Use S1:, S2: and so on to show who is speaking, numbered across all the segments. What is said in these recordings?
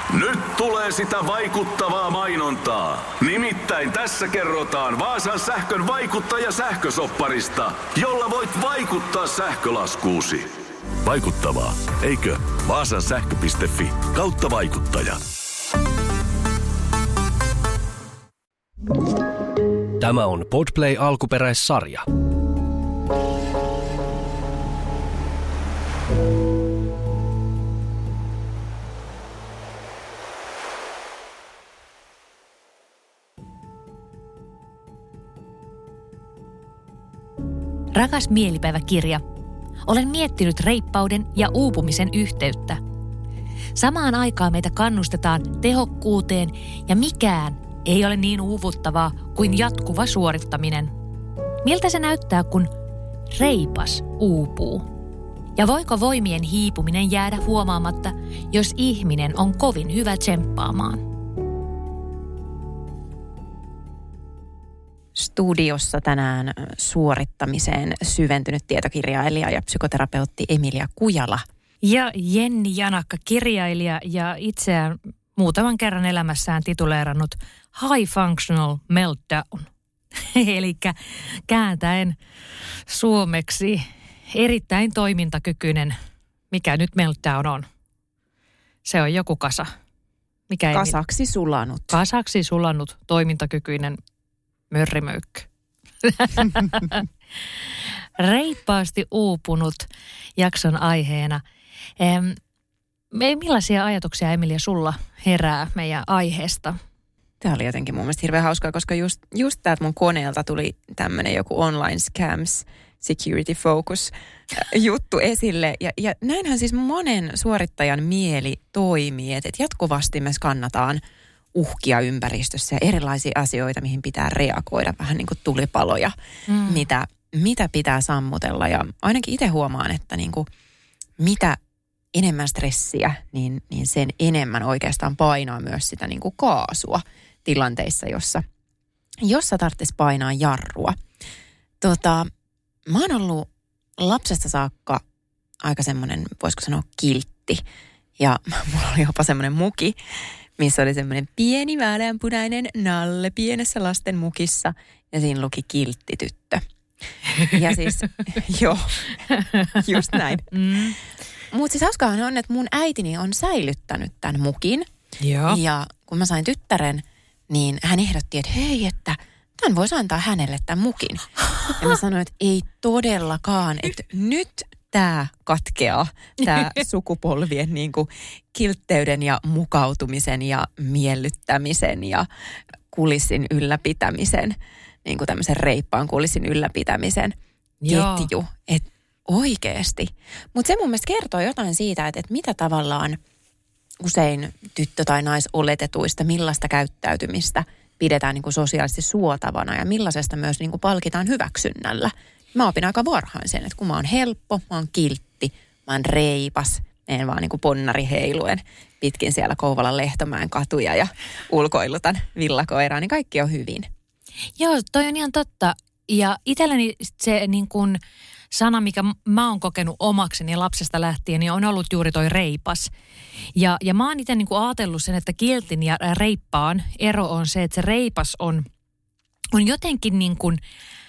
S1: Nyt tulee sitä vaikuttavaa mainontaa. Nimittäin tässä kerrotaan Vaasan sähkön vaikuttaja-sähkösopparista, jolla voit vaikuttaa sähkölaskuusi. Vaikuttavaa, eikö? Vaasansähkö.fi/vaikuttaja.
S2: Tämä on Podplay alkuperäissarja.
S3: Rakas mielipäiväkirja, olen miettinyt reippauden ja uupumisen yhteyttä. Samaan aikaan meitä kannustetaan tehokkuuteen ja mikään ei ole niin uuvuttavaa kuin jatkuva suorittaminen. Miltä se näyttää, kun reipas uupuu? Ja voiko voimien hiipuminen jäädä huomaamatta, jos ihminen on kovin hyvä tsemppaamaan?
S4: Studiossa tänään suorittamiseen syventynyt tietokirjailija ja psykoterapeutti Emilia Kujala.
S3: Ja Jenni Janakka, kirjailija ja itseään muutaman kerran elämässään tituleerannut High Functional Meltdown. Eli kääntäen suomeksi erittäin toimintakykyinen, mikä nyt meltdown on. Se on joku kasa.
S4: Kasaksi sulanut.
S3: Kasaksi sulanut, toimintakykyinen mörrimöykkö. Reippaasti uupunut jakson aiheena. Millaisia ajatuksia, Emilia, sulla herää meidän aiheesta?
S4: Tämä oli jotenkin mun mielestä hirveän hauskaa, koska just täältä mun koneelta tuli tämmöinen joku online scams, security focus juttu esille. Ja näinhän siis monen suorittajan mieli toimii, että jatkuvasti me skannataan uhkia ympäristössä ja erilaisia asioita, mihin pitää reagoida, vähän niin kuin tulipaloja, mitä pitää sammutella. Ja ainakin itse huomaan, että niin kuin, mitä enemmän stressiä, niin sen enemmän oikeastaan painaa myös sitä niin kuin kaasua tilanteissa, jossa tarvitsisi painaa jarrua. Mä oon ollut lapsesta saakka aika semmoinen, voisiko sanoa, kiltti. Ja mulla oli jopa semmoinen muki, missä oli semmoinen pieni vaaleanpunainen nalle pienessä lasten mukissa ja siinä luki kiltti tyttö. Ja siis, joo, just näin. Mutta siis hauskaahan on, että mun äitini on säilyttänyt tämän mukin.
S3: Joo.
S4: Ja kun mä sain tyttären, niin hän ehdotti, että hei, että tämän voisi antaa hänelle tämän mukin. Ja mä sanoin, että ei todellakaan, että nyt tämä katkeaa, tämä sukupolvien niin kuin kiltteyden ja mukautumisen ja miellyttämisen ja kulissin ylläpitämisen, niin kuin tämmöisen reippaan kulissin ylläpitämisen ketju. Että oikeasti. Mutta se mun mielestä kertoo jotain siitä, että mitä tavallaan usein tyttö- tai naisoletetuista, millaista käyttäytymistä pidetään niin kuin sosiaalisesti suotavana ja millaisesta myös niin kuin palkitaan hyväksynnällä. Mä opin aika varhain sen, että kun mä oon helppo, mä oon kiltti, mä oon reipas, en vaan niin kuin ponnari heiluen pitkin siellä Kouvolan Lehtomäen katuja ja ulkoilutan villakoiraa, niin kaikki on hyvin.
S3: Joo, toi on ihan totta. Ja itselleni se niin kuin sana, mikä mä oon kokenut omakseni lapsesta lähtien, niin on ollut juuri toi reipas. Ja mä oon itse niin kuin ajatellut sen, että kiltin ja reippaan ero on se, että se reipas on jotenkin niin kuin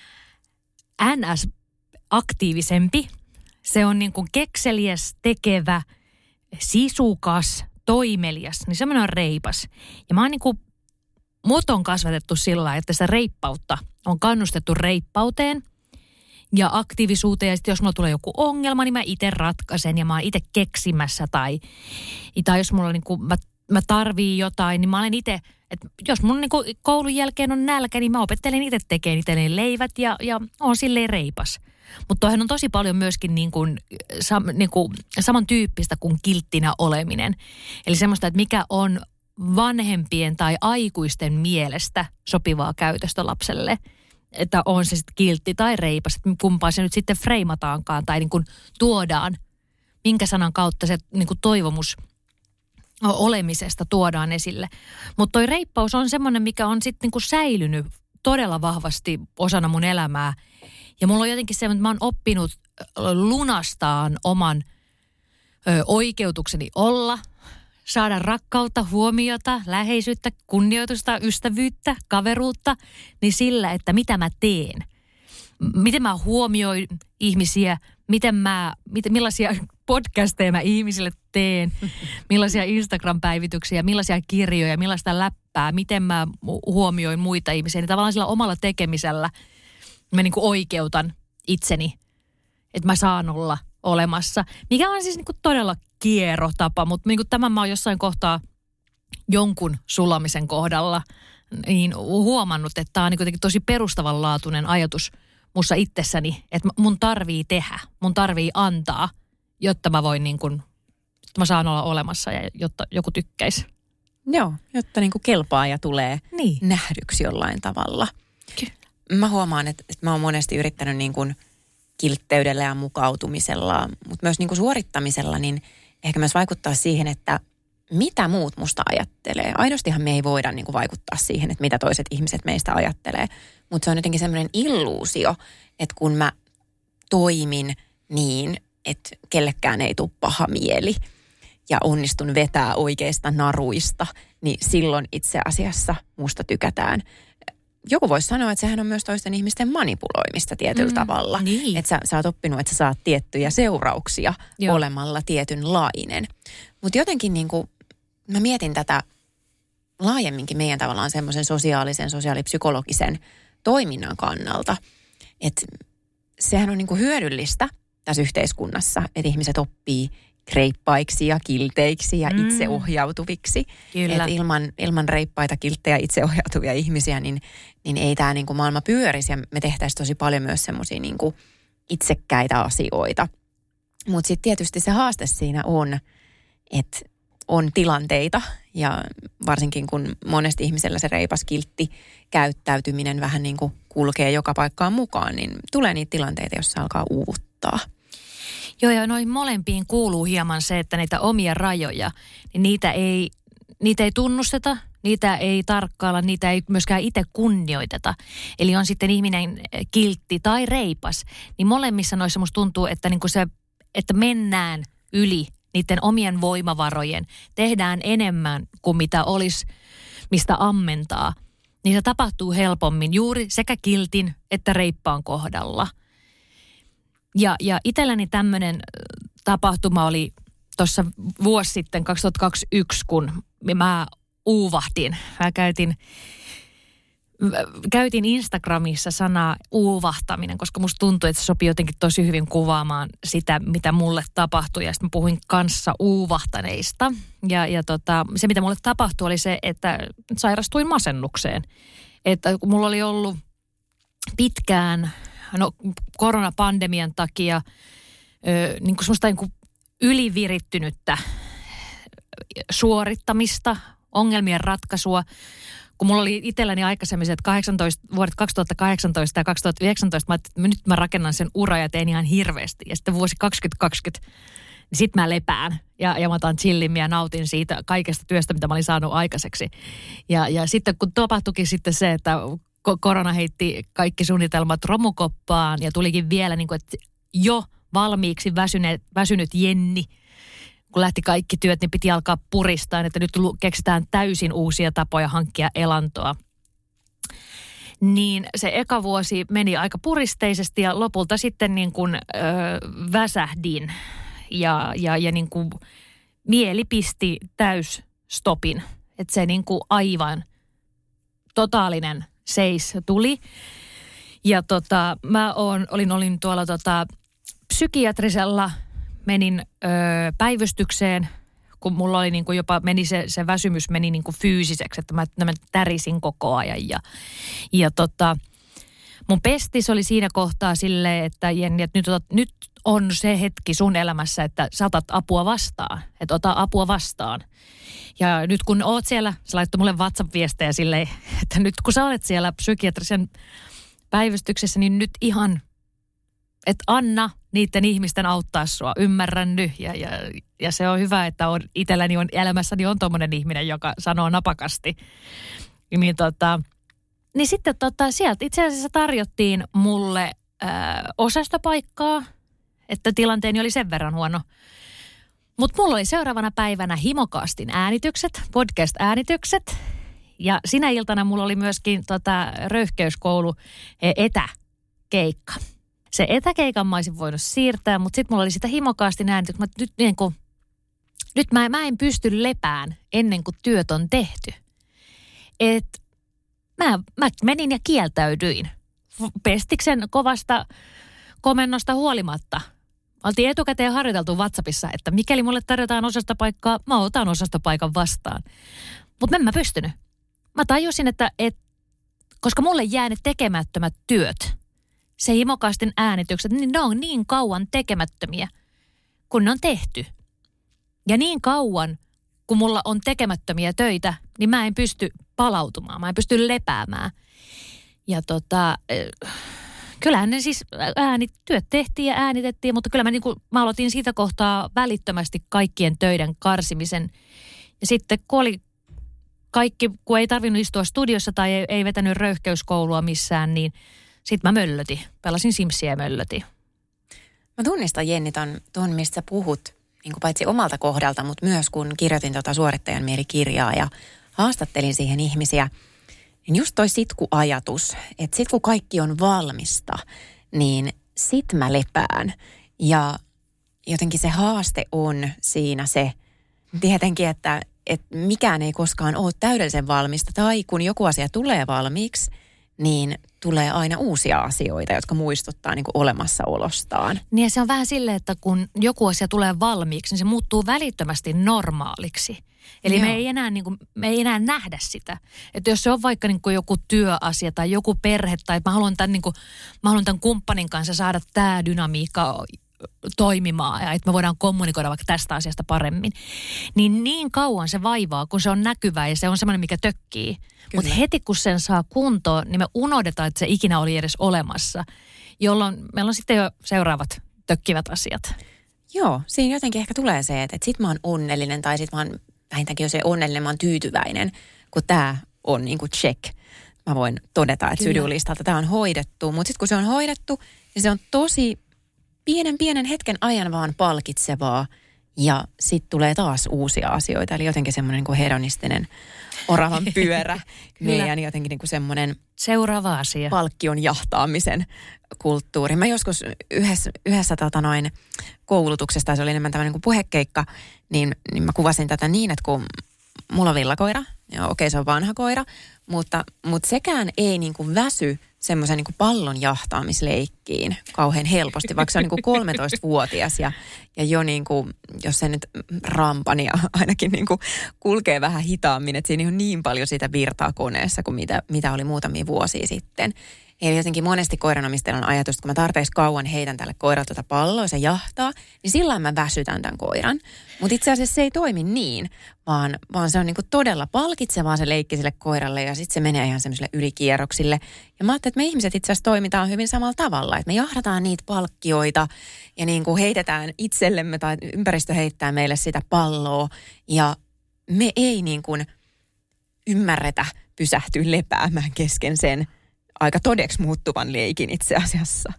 S3: NS-aktiivisempi. Se on niin kuin kekseliäs, tekevä, sisukas, toimelias, niin semmoinen on reipas. Ja mä oon niin kuin, mut on kasvatettu sillä lailla, että sitä reippautta on kannustettu reippauteen ja aktiivisuuteen. Ja sitten jos mulla tulee joku ongelma, niin mä itse ratkaisen ja mä oon itse keksimässä. Tai jos mulla niin kuin, mä tarviin jotain, niin mä olen itse, että jos mun niin kuin koulun jälkeen on nälkä, niin mä opettelen itse tekemään itselleen leivät ja on silleen reipas. Mutta toihan on tosi paljon myöskin niin kuin samantyyppistä kuin kilttinä oleminen. Eli semmoista, että mikä on vanhempien tai aikuisten mielestä sopivaa käytöstä lapselle. Että on se sitten kiltti tai reipas, että kumpaa se nyt sitten freimataankaan tai niin kuin tuodaan, minkä sanan kautta se niin kuin toivomus olemisesta tuodaan esille. Mutta toi reippaus on semmoinen, mikä on sitten niinku säilynyt todella vahvasti osana mun elämää. Ja mulla on jotenkin semmoinen, että mä oon oppinut lunastaan oman oikeutukseni olla saada rakkautta, huomiota, läheisyyttä, kunnioitusta, ystävyyttä, kaveruutta, niin sillä, että mitä mä teen. Miten mä huomioin ihmisiä, millaisia podcasteja mä ihmisille teen, millaisia Instagram-päivityksiä, millaisia kirjoja, millaista läppää, miten mä huomioin muita ihmisiä. Niin tavallaan sillä omalla tekemisellä mä niin kuin oikeutan itseni, että mä saan olla olemassa. Mikä on siis niin kuin todella kierrotapa, mutta niin kuin tämän mä oon jossain kohtaa jonkun sulamisen kohdalla niin huomannut, että tämä on niin kuitenkin tosi perustavanlaatuinen ajatus mussa itsessäni, että mun tarvii tehdä, mun tarvii antaa, jotta mä voin niin kuin, jotta mä saan olla olemassa ja jotta joku tykkäisi.
S4: Joo, jotta niin kuin kelpaa ja tulee nähdyksi jollain tavalla.
S3: Kyllä.
S4: Mä huomaan, että mä oon monesti yrittänyt niin kuin kiltteydellä ja mukautumisella, mutta myös niin kuin suorittamisella, niin ehkä myös vaikuttaa siihen, että mitä muut musta ajattelee. Aidostihan me ei voida niin kuin vaikuttaa siihen, että mitä toiset ihmiset meistä ajattelee, mutta se on jotenkin semmoinen illuusio, että kun mä toimin niin, että kellekään ei tule paha mieli ja onnistun vetää oikeista naruista, niin silloin itse asiassa musta tykätään. Joku voisi sanoa, että sehän on myös toisten ihmisten manipuloimista tietyllä tavalla.
S3: Niin.
S4: Että sä oot oppinut, että sä saat tiettyjä seurauksia olemalla tietynlainen. Mutta jotenkin niin kuin, mä mietin tätä laajemminkin meidän tavallaan semmoisen sosiaalipsykologisen toiminnan kannalta. Että sehän on niin kuin hyödyllistä tässä yhteiskunnassa, että ihmiset oppii reippaiksi ja kilteiksi ja itseohjautuviksi. Että ilman reippaita, kilttejä, itseohjautuvia ihmisiä, niin ei tämä niinku maailma pyörisi. Ja me tehtäisiin tosi paljon myös semmoisia niinku itsekkäitä asioita. Mutta sitten tietysti se haaste siinä on, että on tilanteita ja varsinkin kun monesti ihmisellä se reipas kiltti käyttäytyminen vähän niin kuin kulkee joka paikkaan mukaan, niin tulee niitä tilanteita, joissa alkaa uuvuttaa.
S3: Joo, ja noihin molempiin kuuluu hieman se, että niitä omia rajoja, niin niitä ei tunnusteta, niitä ei tarkkailla, niitä ei myöskään itse kunnioiteta. Eli on sitten ihminen kiltti tai reipas, niin molemmissa noissa musta tuntuu, että, niin kuin se, että mennään yli niiden omien voimavarojen, tehdään enemmän kuin mitä olisi, mistä ammentaa. Niin se tapahtuu helpommin juuri sekä kiltin että reippaan kohdalla. Ja itselläni tämmöinen tapahtuma oli tuossa vuosi sitten 2021, kun mä uuvahdin. Mä käytin Instagramissa sanaa uuvahtaminen, koska musta tuntui, että se sopii jotenkin tosi hyvin kuvaamaan sitä, mitä mulle tapahtui. Ja sitten mä puhuin kanssa uuvahtaneista. Ja se, mitä mulle tapahtui, oli se, että sairastuin masennukseen. Että kun mulla oli ollut pitkään koronapandemian takia niin kuin semmoista niin kuin ylivirittynyttä suorittamista, ongelmien ratkaisua. Kun mulla oli itselläni aikaisemmin se, että vuodet 2018 ja 2019, mä ajattelin, että nyt mä rakennan sen ura ja teen ihan hirveästi. Ja sitten vuosi 2020, niin sitten mä lepään ja mä otan chillimmin ja nautin siitä kaikesta työstä, mitä mä olin saanut aikaiseksi. Ja sitten kun tapahtuikin sitten se, että korona heitti kaikki suunnitelmat romukoppaan ja tulikin vielä niin kuin, että jo valmiiksi väsynyt Jenni, kun lähti kaikki työt, niin piti alkaa puristaa, että nyt keksitään täysin uusia tapoja hankkia elantoa. Niin se eka vuosi meni aika puristeisesti ja lopulta sitten niin kuin väsähdin ja niin kuin mieli pisti täysstopin. Että se niin kuin aivan totaalinen seis tuli. Ja olin tuolla psykiatrisella, menin päivystykseen, kun mulla oli niin kuin jopa se väsymys meni niin kuin fyysiseksi, että mä tärisin koko ajan. Ja mun pestis oli siinä kohtaa silleen, että Jenni, että nyt on se hetki sun elämässä, että sä otat apua vastaan. Että ota apua vastaan. Ja nyt kun oot siellä, sä laittoi mulle WhatsApp-viestejä silleen, että nyt kun sä olet siellä psykiatrisen päivystyksessä, niin nyt ihan, että anna niiden ihmisten auttaa sua. Ymmärrän nyt. Ja se on hyvä, että itselläni elämässäni on tommonen ihminen, joka sanoo napakasti. Niin sitten sieltä itse asiassa tarjottiin mulle osastopaikkaa, että tilanteeni oli sen verran huono. Mutta mulla oli seuraavana päivänä Himokaastin äänitykset, podcast-äänitykset. Ja sinä iltana mulla oli myöskin röyhkeyskoulu etäkeikka. Se etäkeikan mä olisin voinut siirtää, mutta sitten mulla oli sitä Himokaastin äänitykset. Nyt mä en pysty lepään ennen kuin työt on tehty. Mä menin ja kieltäydyin. Pestiksen kovasta komennosta huolimatta. Oltiin etukäteen harjoiteltu WhatsAppissa, että mikäli mulle tarjotaan osastopaikkaa, mä otan osastopaikan vastaan. Mutta en mä pystynyt. Mä tajusin, että koska mulle jää ne tekemättömät työt, se Himokaastin äänitykset, niin ne on niin kauan tekemättömiä, kun ne on tehty. Ja niin kauan, kun mulla on tekemättömiä töitä, niin mä en pysty palautumaan, mä en pysty lepäämään. Ja kyllähän ne siis työt tehtiin ja äänitettiin, mutta kyllä mä aloitin siitä kohtaa välittömästi kaikkien töiden karsimisen. Ja sitten kun oli kaikki, kun ei tarvinnut istua studiossa tai ei vetänyt röyhkeyskoulua missään, niin sitten mä möllötin. Pelasin Simsiä ja möllötin.
S4: Mä tunnistan, Jenni, ton mistä sä puhut, niin kuin paitsi omalta kohdalta, mutta myös kun kirjoitin suorittajan mielikirjaa ja haastattelin siihen ihmisiä, niin just toi sitkuajatus, että sit kun kaikki on valmista, niin sit mä lepään. Ja jotenkin se haaste on siinä se, tietenkin, että mikään ei koskaan ole täydellisen valmista. Tai kun joku asia tulee valmiiksi, niin tulee aina uusia asioita, jotka muistuttaa niin kuin olemassaolostaan.
S3: Niin ja se on vähän silleen, että kun joku asia tulee valmiiksi, niin se muuttuu välittömästi normaaliksi. Eli me ei enää nähdä sitä. Että jos se on vaikka niin kuin joku työasia tai joku perhe tai mä haluan tämän kumppanin kanssa saada tämä dynamiikka toimimaan ja että me voidaan kommunikoida vaikka tästä asiasta paremmin. Niin kauan se vaivaa, kun se on näkyvää ja se on semmoinen, mikä tökkii. Mutta heti kun sen saa kuntoon, niin me unohdetaan, että se ikinä oli edes olemassa, jolloin meillä on sitten jo seuraavat tökkivät asiat.
S4: Joo, siinä jotenkin ehkä tulee se, että sit mä oon onnellinen tai sit mä oon vähintäänkin jos ei onnellinen, mä oon tyytyväinen, kun tää on niinku check. Mä voin todeta, että to-do-listalta tää on hoidettu, mutta sitten kun se on hoidettu, niin se on tosi pienen hetken ajan vaan palkitsevaa ja sitten tulee taas uusia asioita. Eli jotenkin semmoinen niin kuin hedonistinen oravan pyörä meidän jotenkin niin kuin semmoinen
S3: seuraava asia.
S4: Palkkion jahtaamisen kulttuuri. Mä joskus yhdessä koulutuksesta, se oli enemmän tämmöinen kuin puhekeikka, niin mä kuvasin tätä niin, että kun mulla on villakoira, ja okei, se on vanha koira, mutta sekään ei niin kuin väsy semmoisen niin kuin pallon jahtaamisleikkiin kauhean helposti, vaikka se on niin kuin 13-vuotias ja jo niin kuin, jos se nyt rampan ja ainakin niin kuin kulkee vähän hitaammin, että siinä on niin paljon sitä virtaa koneessa kuin mitä oli muutamia vuosia sitten. Eli jotenkin monesti koiranomistajalla on ajatus, että kun mä tarpeeksi kauan heitän tälle koiralle tuota palloa ja se jahtaa, niin sillä mä väsytän tämän koiran. Mutta itse asiassa se ei toimi niin, vaan se on niinku todella palkitsevaa se leikki sille koiralle ja sitten se menee ihan semmoiselle ylikierroksille. Ja mä ajattelin, että me ihmiset itse asiassa toimitaan hyvin samalla tavalla, että me jahdataan niitä palkkioita ja niinku heitetään itsellemme tai ympäristö heittää meille sitä palloa ja me ei niinku ymmärretä pysähtyä lepäämään kesken sen aika todeksi muuttuvan leikin itse asiassa.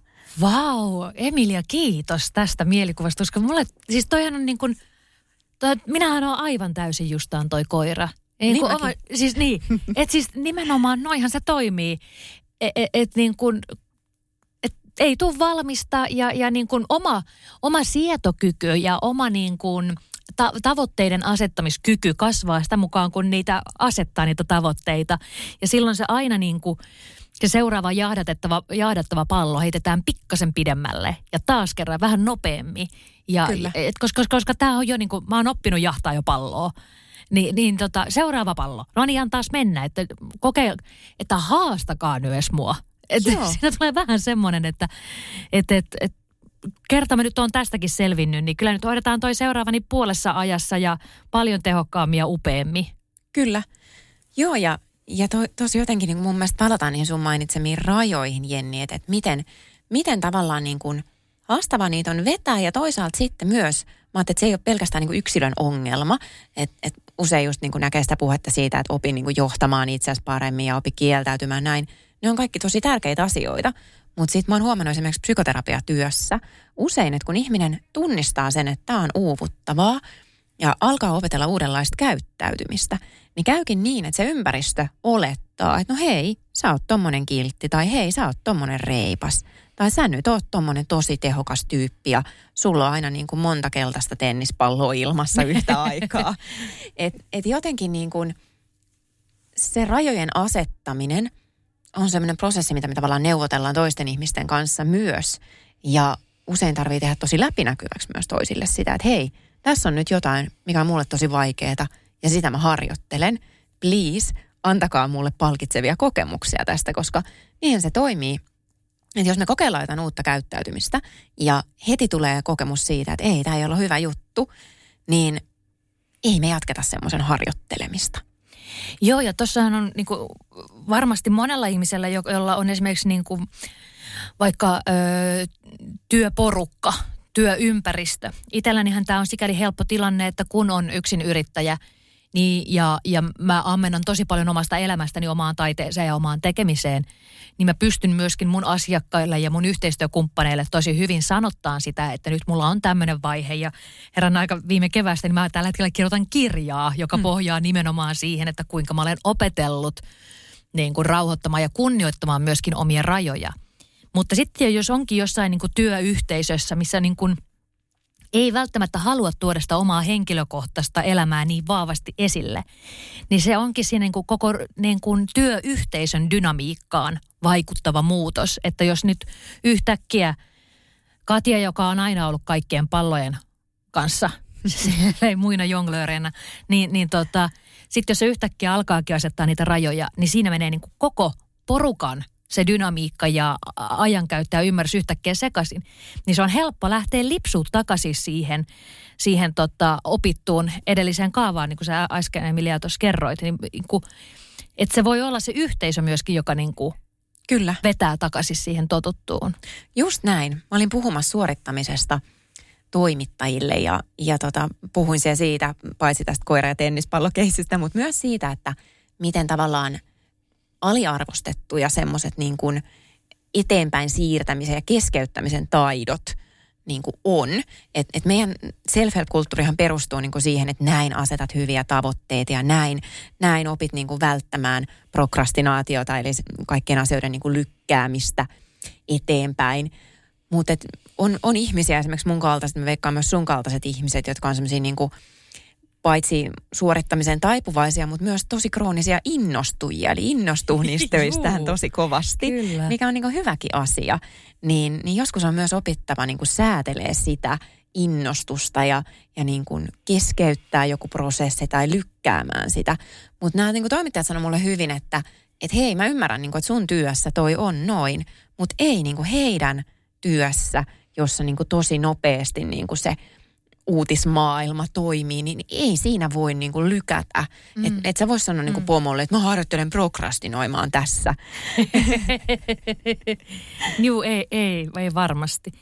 S3: Vau, Emilia, kiitos tästä mielikuvasta, koska mulle, siis toihan on niin kuin, minähän olen aivan täysin justaan toi koira. Niin siis niin, että siis nimenomaan noihan se toimii, että niin kuin, et ei tule valmista ja niin kuin oma sietokyky ja oma niin kuin tavoitteiden asettamiskyky kasvaa sitä mukaan, kun niitä asettaa niitä tavoitteita. Ja silloin se aina niin kuin se seuraava jahdattava pallo heitetään pikkasen pidemmälle ja taas kerran vähän nopeammin. Ja, koska tämä on jo niin kuin, mä oon oppinut jahtaa jo palloa. Niin seuraava pallo. No niin, taas mennä. Että että haastakaa nyt edes mua. Siinä tulee vähän semmoinen, että kerta mä nyt oon tästäkin selvinnyt, niin kyllä nyt hoidetaan toi seuraavani puolessa ajassa ja paljon tehokkaammin ja upeammin.
S4: Kyllä. Joo, ja tosi jotenkin niin mun mielestä palataan niihin sun mainitsemiin rajoihin, Jenni, että miten tavallaan niin kuin haastava niitä on vetää ja toisaalta sitten myös, mä ajattelin, että se ei ole pelkästään niin kuin yksilön ongelma, että usein just niin kuin näkee sitä puhetta siitä, että opi niin kuin johtamaan itseäsi paremmin ja opi kieltäytymään näin. Ne on kaikki tosi tärkeitä asioita, Mutta sitten mä oon huomannut esimerkiksi psykoterapiatyössä usein, että kun ihminen tunnistaa sen, että tämä on uuvuttavaa ja alkaa opetella uudenlaista käyttäytymistä, niin käykin niin, että se ympäristö olettaa, että no hei, sä oot tommonen kiltti tai hei, sä oot tommonen reipas. Tai sä nyt oot tommonen tosi tehokas tyyppi ja sulla on aina niin kuin monta keltaista tennispalloa ilmassa yhtä aikaa. Et jotenkin niin kuin se rajojen asettaminen on semmoinen prosessi, mitä me tavallaan neuvotellaan toisten ihmisten kanssa myös. Ja usein tarvii tehdä tosi läpinäkyväksi myös toisille sitä, että hei, tässä on nyt jotain, mikä on mulle tosi vaikeaa ja sitä mä harjoittelen. Please, antakaa mulle palkitsevia kokemuksia tästä, koska niinhän se toimii. Että jos me kokeillaan jotain uutta käyttäytymistä ja heti tulee kokemus siitä, että ei, tämä ei ole hyvä juttu, niin ei me jatketa semmoisen harjoittelemista.
S3: Joo, ja tuossahan on niinku, varmasti monella ihmisellä, jolla on esimerkiksi niinku, vaikka työporukka, työympäristö. Itsellänihän tämä on sikäli helppo tilanne, että kun on yksin yrittäjä, niin, ja mä ammennan tosi paljon omasta elämästäni omaan taiteeseen ja omaan tekemiseen, niin mä pystyn myöskin mun asiakkaille ja mun yhteistyökumppaneille tosi hyvin sanottaan sitä, että nyt mulla on tämmöinen vaihe. Ja herran aika viime keväästä, niin mä tällä hetkellä kirjoitan kirjaa, joka pohjaa nimenomaan siihen, että kuinka mä olen opetellut niin kuin rauhoittamaan ja kunnioittamaan myöskin omia rajoja. Mutta sitten jos onkin jossain niin kuin työyhteisössä, missä niin kuin ei välttämättä halua tuoda sitä omaa henkilökohtaista elämää niin vahvasti esille, niin se onkin siinä niin kuin koko niin kuin työyhteisön dynamiikkaan vaikuttava muutos. Että jos nyt yhtäkkiä Katja, joka on aina ollut kaikkien pallojen kanssa, ei muina jonglööreinä, niin sitten jos se yhtäkkiä alkaakin asettaa niitä rajoja, niin siinä menee niin kuin koko porukan se dynamiikka ja ajankäyttö ja ymmärrys yhtäkkiä sekaisin, niin se on helppo lähteä lipsuun takaisin siihen opittuun edelliseen kaavaan, niin kuin sä äsken Emilia tuossa kerroit. Että se voi olla se yhteisö myöskin, joka niin kuin
S4: kyllä
S3: vetää takaisin siihen totuttuun.
S4: Just näin. Mä olin puhumassa suorittamisesta toimittajille ja puhuin siellä siitä, paitsi tästä koira- ja tennispallokeisistä, mutta myös siitä, että miten tavallaan aliarvostettuja semmoiset niin kuin eteenpäin siirtämisen ja keskeyttämisen taidot niin kuin on. Et meidän self-help-kulttuurihan perustuu niin kuin siihen, että näin asetat hyviä tavoitteita ja näin opit niin kuin välttämään prokrastinaatiota, eli kaikkien asioiden niin kuin lykkäämistä eteenpäin. Mutta on ihmisiä, esimerkiksi mun kaltaiset, mä veikkaan myös sun kaltaiset ihmiset, jotka on semmoisia niin kuin paitsi suorittamiseen taipuvaisia, mutta myös tosi kroonisia innostujia. Eli innostuu niistä töistään tosi kovasti, kyllä, mikä on niin kuin hyväkin asia. Niin joskus on myös opittava niin kuin säätelee sitä innostusta ja niin kuin keskeyttää joku prosessi tai lykkäämään sitä. Mutta nämä niin kuin toimittajat sanoo mulle hyvin, että hei, mä ymmärrän, niin kuin, että sun työssä toi on noin, mutta ei niin kuin heidän työssä, jossa niin kuin tosi nopeasti niin kuin se uutismaailma toimii, niin ei siinä voi niin kuin lykätä. Et sä vois sanoa niin kuin pomolle, että mä harjoittelen prokrastinoimaan tässä.
S3: Juu, ei varmasti.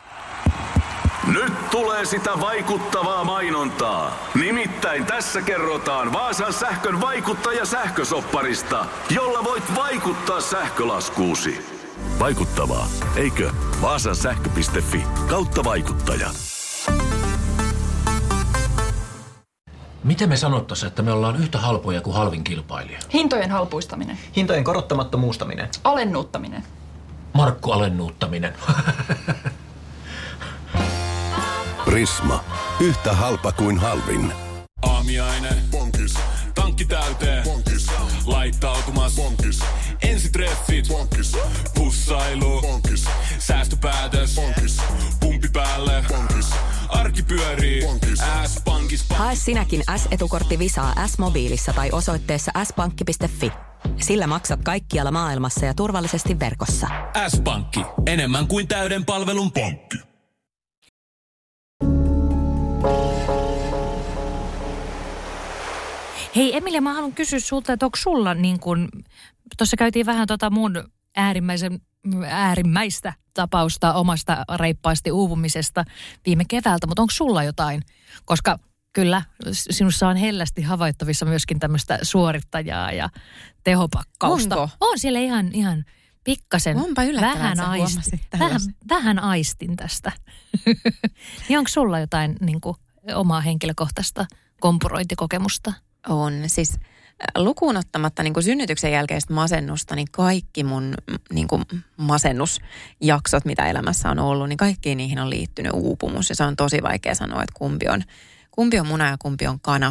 S1: Nyt tulee sitä vaikuttavaa mainontaa. Nimittäin tässä kerrotaan Vaasan sähkön vaikuttaja sähkösopparista, jolla voit vaikuttaa sähkölaskuusi. Vaikuttavaa, eikö? Vaasansähkö.fi/vaikuttaja.
S5: Miten me sanottaisiin, että me ollaan yhtä halpoja kuin halvin kilpailija?
S6: Hintojen halpuistaminen.
S7: Hintojen korottamattomuustaminen.
S6: Alennuuttaminen.
S5: Markku-alennuuttaminen.
S8: Prisma. Yhtä halpa kuin halvin.
S9: Aamiainen. Bonkis. Tankki täyteen. Bonkis. Laittautumas. Bonkis. Ensitreffit. Bonkis. Pussailu. Bonkis. Säästöpäätös. Bonkis. Pumpi päälle. Bonkis. Arki pyörii. Bonkis. S-pankis.
S10: Hae sinäkin S-etukortti Visaa S-mobiilissa tai osoitteessa s-pankki.fi. Sillä maksat kaikkialla maailmassa ja turvallisesti verkossa.
S9: S-pankki. Enemmän kuin täyden palvelun pankki.
S3: Hei Emilia, mä haluan kysyä sulta, että onko sulla niin kuin, tuossa käytiin vähän mun äärimmäistä tapausta omasta reippaasti uupumisesta viime keväältä, mutta onko sulla jotain? Koska kyllä, sinussa on hellästi havaittavissa myöskin tämmöistä suorittajaa ja tehopakkausta.
S4: Onko?
S3: On siellä ihan pikkasen vähän aistin tästä. Niin onko sulla jotain niin kuin, omaa henkilökohtaista kompurointikokemusta?
S4: On. Siis lukuun ottamatta niin kuin synnytyksen jälkeistä masennusta, niin kaikki mun niin kuin masennusjaksot, mitä elämässä on ollut, niin kaikkiin niihin on liittynyt uupumus. Ja se on tosi vaikea sanoa, että kumpi on muna ja kumpi on kana.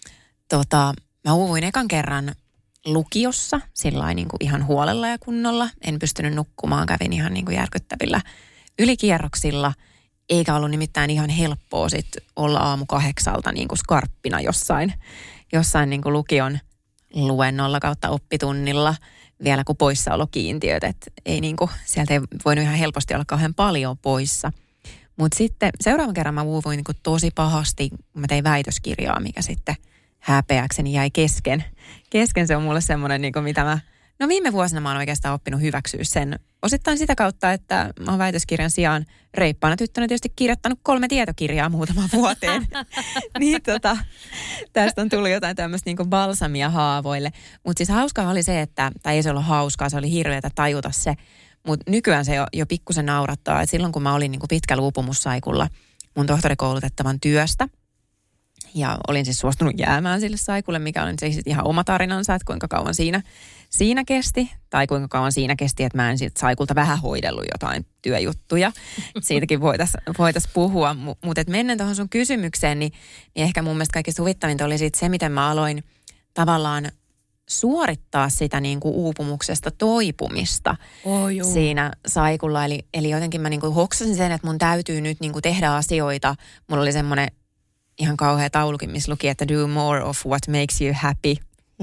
S4: Mä uuvuin ekan kerran lukiossa, sillain niin kuin ihan huolella ja kunnolla. En pystynyt nukkumaan, kävin ihan niin kuin järkyttävillä ylikierroksilla. Eikä ollut nimittäin ihan helppoa sit olla aamu 8 niin kuin skarppina jossain niin kuin lukion luennolla kautta oppitunnilla. Vielä kun poissaolokiintiöt, että ei niin kuin, sieltä ei voinut ihan helposti olla kauhean paljon poissa. Mutta sitten seuraavan kerran mä uuvuin niin kuin tosi pahasti, mä tein väitöskirjaa, mikä sitten häpeäkseni jäi kesken. Kesken se on mulle semmoinen, niin kuin mitä viime vuosina mä oon oikeastaan oppinut hyväksyä sen. Osittain sitä kautta, että mä oon väitöskirjan sijaan reippaana tyttönä tietysti kirjoittanut 3 tietokirjaa muutaman vuoteen. Niin tästä on tullut jotain tämmöistä niin kuin balsamia haavoille. Mutta siis hauskaa oli se, tai ei se ollut hauskaa, se oli hirveätä tajuta se. Mutta nykyään se jo pikkusen naurattaa, että silloin kun mä olin niin kuin pitkällä uupumussaikulla mun tohtorikoulutettavan työstä, ja olin siis suostunut jäämään sille saikulle, mikä on siis ihan oma tarinansa, että kuinka kauan siinä kesti. Tai kuinka kauan siinä kesti, että mä en siitä saikulta vähän hoidellut jotain työjuttuja. Siitäkin voitaisiin puhua. Mutta menen tuohon sun kysymykseen, niin ehkä mun mielestä kaikki huvittavinta oli siitä se, miten mä aloin tavallaan suorittaa sitä niin kuin uupumuksesta toipumista siinä saikulla. Eli jotenkin mä niin kuin hoksasin sen, että mun täytyy nyt niin kuin tehdä asioita. Mulla oli semmoinen ihan kauhea taulukin, missä luki, että do more of what makes you happy.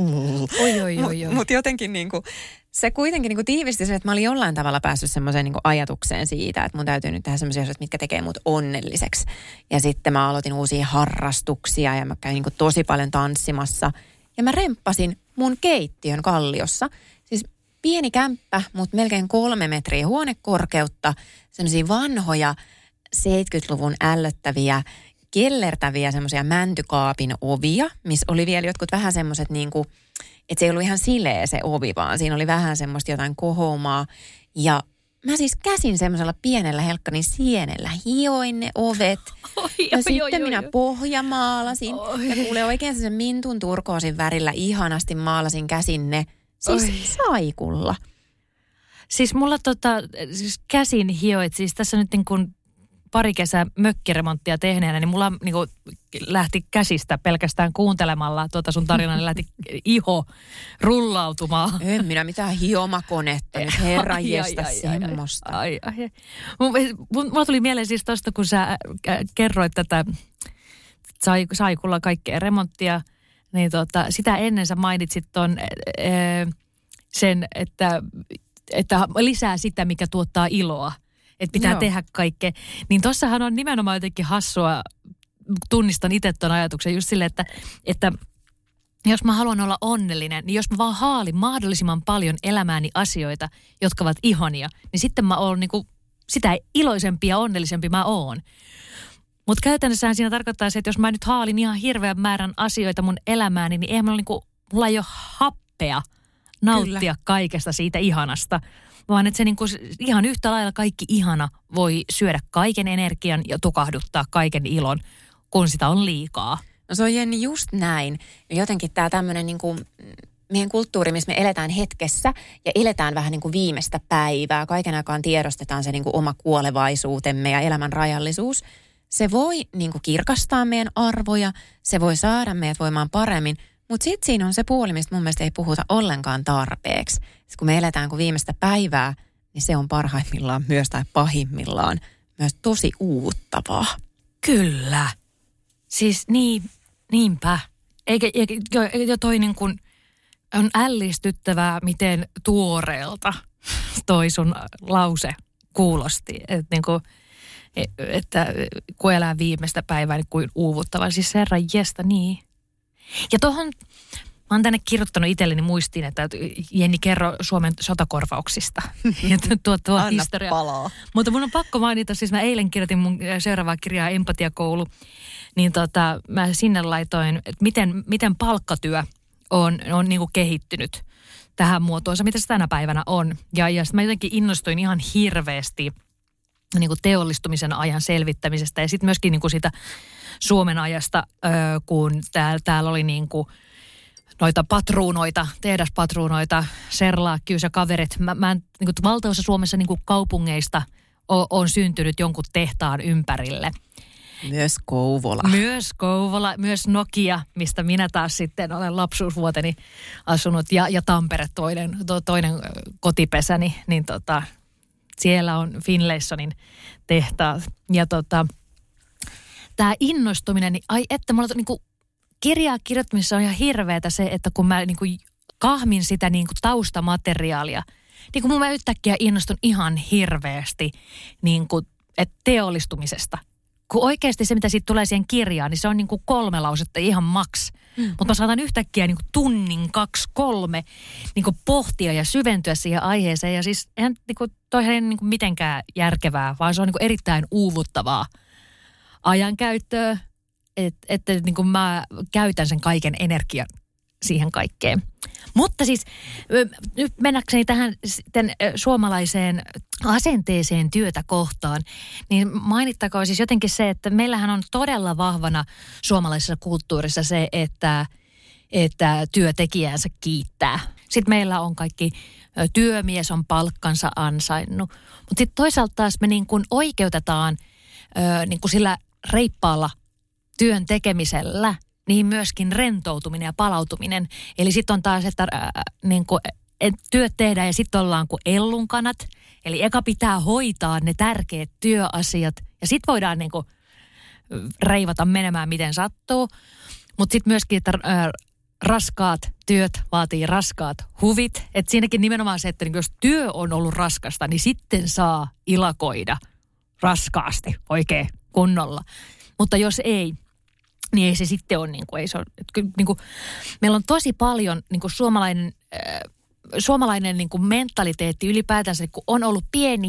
S4: Mutta jotenkin niinku, se kuitenkin niinku tiivisti sen, että mä olin jollain tavalla päässyt semmoiseen niinku ajatukseen siitä, että mun täytyy nyt tehdä semmoisia asioita, mitkä tekee mut onnelliseksi. Ja sitten mä aloitin uusia harrastuksia ja mä kävin niinku tosi paljon tanssimassa. Ja mä remppasin mun keittiön kalliossa. Siis pieni kämppä, mutta melkein 3 metriä huonekorkeutta. Semmoisia vanhoja 70-luvun ällöttäviä kellertäviä semmoisia mäntykaapin ovia, missä oli vielä jotkut vähän semmoiset niinku, että se ei ollut ihan sileä se ovi, vaan siinä oli vähän semmoista jotain kohoumaa. Ja mä siis käsin semmoisella pienellä helkkanin sienellä hioin ne ovet. Sitten minä pohjamaalasin. Ja kuule oikein sen mintun turkoosin värillä ihanasti maalasin käsin ne. Siis saikulla.
S3: Siis mulla siis käsin hioit, siis tässä nyt niin kuin pari kesää mökkiremonttia tehneenä, niin mulla niin kuin lähti käsistä pelkästään kuuntelemalla sun tarinaa, niin lähti iho rullautumaan.
S4: En minä mitään hiomakonetta nyt, herranjestä semmoista.
S3: Mulla tuli mieleen siis tosta, kun sä kerroit tätä saikulla kaikkea remonttia, niin sitä ennen sä mainitsit sen, että lisää sitä, mikä tuottaa iloa. Että pitää tehdä kaikkea. Niin tossahan on nimenomaan jotenkin hassua, tunnistan itse ton ajatuksen just silleen, että jos mä haluan olla onnellinen, niin jos mä vaan haalin mahdollisimman paljon elämääni asioita, jotka ovat ihania, niin sitten mä oon niinku, sitä iloisempi ja onnellisempi mä oon. Mutta käytännössähän siinä tarkoittaa se, että jos mä nyt haalin ihan hirveän määrän asioita mun elämääni, niin eihän mulla ei ole happea nauttia kaikesta siitä ihanasta. Vaan että se niinku ihan yhtä lailla kaikki ihana voi syödä kaiken energian ja tukahduttaa kaiken ilon, kun sitä on liikaa.
S4: No se on Jenni just näin. Jotenkin tämä tämmöinen niinku meidän kulttuuri, missä me eletään hetkessä ja eletään vähän niin kuin viimeistä päivää. Kaiken aikaan tiedostetaan se niinku oma kuolevaisuutemme ja elämän rajallisuus. Se voi niinku kirkastaa meidän arvoja, se voi saada meidät voimaan paremmin. Mutta sitten siinä on se puoli, mistä mun mielestä ei puhuta ollenkaan tarpeeksi. Sitten kun me eletään kuin viimeistä päivää, niin se on parhaimmillaan myös tai pahimmillaan myös tosi uuvuttavaa.
S3: Kyllä. Siis niinpä. Eikä toi niin kuin on ällistyttävää, miten tuoreelta toi sun lause kuulosti. Että niin kuin, että kun elää viimeistä päivää, niin kuin uuvuttavaa. Siis herran jestä, niin. Ja tuohon, mä oon tänne kirjoittanut itselleni muistiin, että Jenni kerro Suomen sotakorvauksista. Ja tuo historia.
S4: Palaa.
S3: Mutta mun on pakko mainita, siis mä eilen kirjoitin mun seuraavaa kirjaa Empatiakoulu, niin mä sinne laitoin, että miten palkkatyö on niin kuin kehittynyt tähän muotoonsa, mitä se tänä päivänä on. Ja sitten mä jotenkin innostuin ihan hirveästi niin kuin teollistumisen ajan selvittämisestä ja sitten myöskin niin kuin sitä Suomen ajasta, kun täällä oli niin kuin noita patruunoita, tehdaspatruunoita, Serlaakkius ja kaverit. Mä niin kuin valtaosa Suomessa niin kuin kaupungeista on syntynyt jonkun tehtaan ympärille.
S4: Myös Kouvola.
S3: Myös Nokia, mistä minä taas sitten olen lapsuusvuoteni asunut, ja Tampere toinen kotipesäni, niin siellä on Finlaysonin tehtaat. Ja tämä innostuminen, niin ai että mulla niinku kirjaa kirjoittamissa on ihan hirveätä se, että kun mä niinku kahmin sitä niinku taustamateriaalia, niin kun mä yhtäkkiä innostun ihan hirveästi niinku, teollistumisesta. Kun oikeasti se, mitä siitä tulee siihen kirjaan, niin se on niin kuin 3 lausetta ihan maks. Mutta mä saatan yhtäkkiä niin kuin tunnin, 2-3 niin kuin pohtia ja syventyä siihen aiheeseen. Ja siis eihän niin kuin, toihan ei niin kuin mitenkään järkevää, vaan se on niin kuin erittäin uuvuttavaa ajankäyttöä. Että niin kuin mä käytän sen kaiken energian siihen kaikkeen. Mutta siis nyt mennäkseni tähän sitten suomalaiseen asenteeseen työtä kohtaan, niin mainittakoon siis jotenkin se, että meillähän on todella vahvana suomalaisessa kulttuurissa se, että työntekijänsä kiittää. Sitten meillä on kaikki, työmies on palkkansa ansainnut, mutta sitten toisaalta taas me niin kuin oikeutetaan niin kuin sillä reippaalla työn tekemisellä niin myöskin rentoutuminen ja palautuminen. Eli sitten on taas, että niin kuin, työt tehdään ja sitten ollaan kuin ellunkanat. Eli eka pitää hoitaa ne tärkeät työasiat ja sitten voidaan niin kuin reivata menemään miten sattuu. Mutta sitten myöskin, että raskaat työt vaatii raskaat huvit. Että siinäkin nimenomaan se, että niin jos työ on ollut raskasta, niin sitten saa ilakoida raskaasti oikein kunnolla. Mutta jos ei, niin ei se sitten ole niin kuin, ei se ole, niin kuin, meillä on tosi paljon niin kuin suomalainen niin kuin mentaliteetti ylipäätänsä, kun on ollut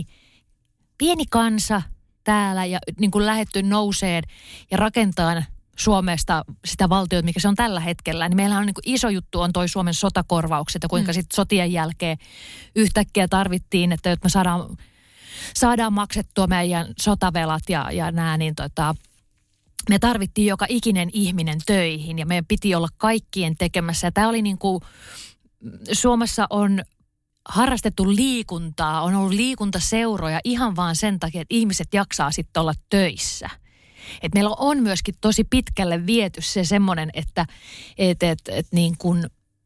S3: pieni kansa täällä ja niin kuin lähdetty nouseen ja rakentamaan Suomesta sitä valtiota, mikä se on tällä hetkellä, niin meillä on niin kuin iso juttu on toi Suomen sotakorvaukset ja kuinka sitten sotien jälkeen yhtäkkiä tarvittiin, että me saadaan maksettua meidän sotavelat ja nämä, niin me tarvittiin joka ikinen ihminen töihin ja meidän piti olla kaikkien tekemässä. Ja tämä oli niin kuin, Suomessa on harrastettu liikuntaa, on ollut liikuntaseuroja ihan vaan sen takia, että ihmiset jaksaa sitten olla töissä. Et meillä on myöskin tosi pitkälle viety se semmoinen, että niin kuin,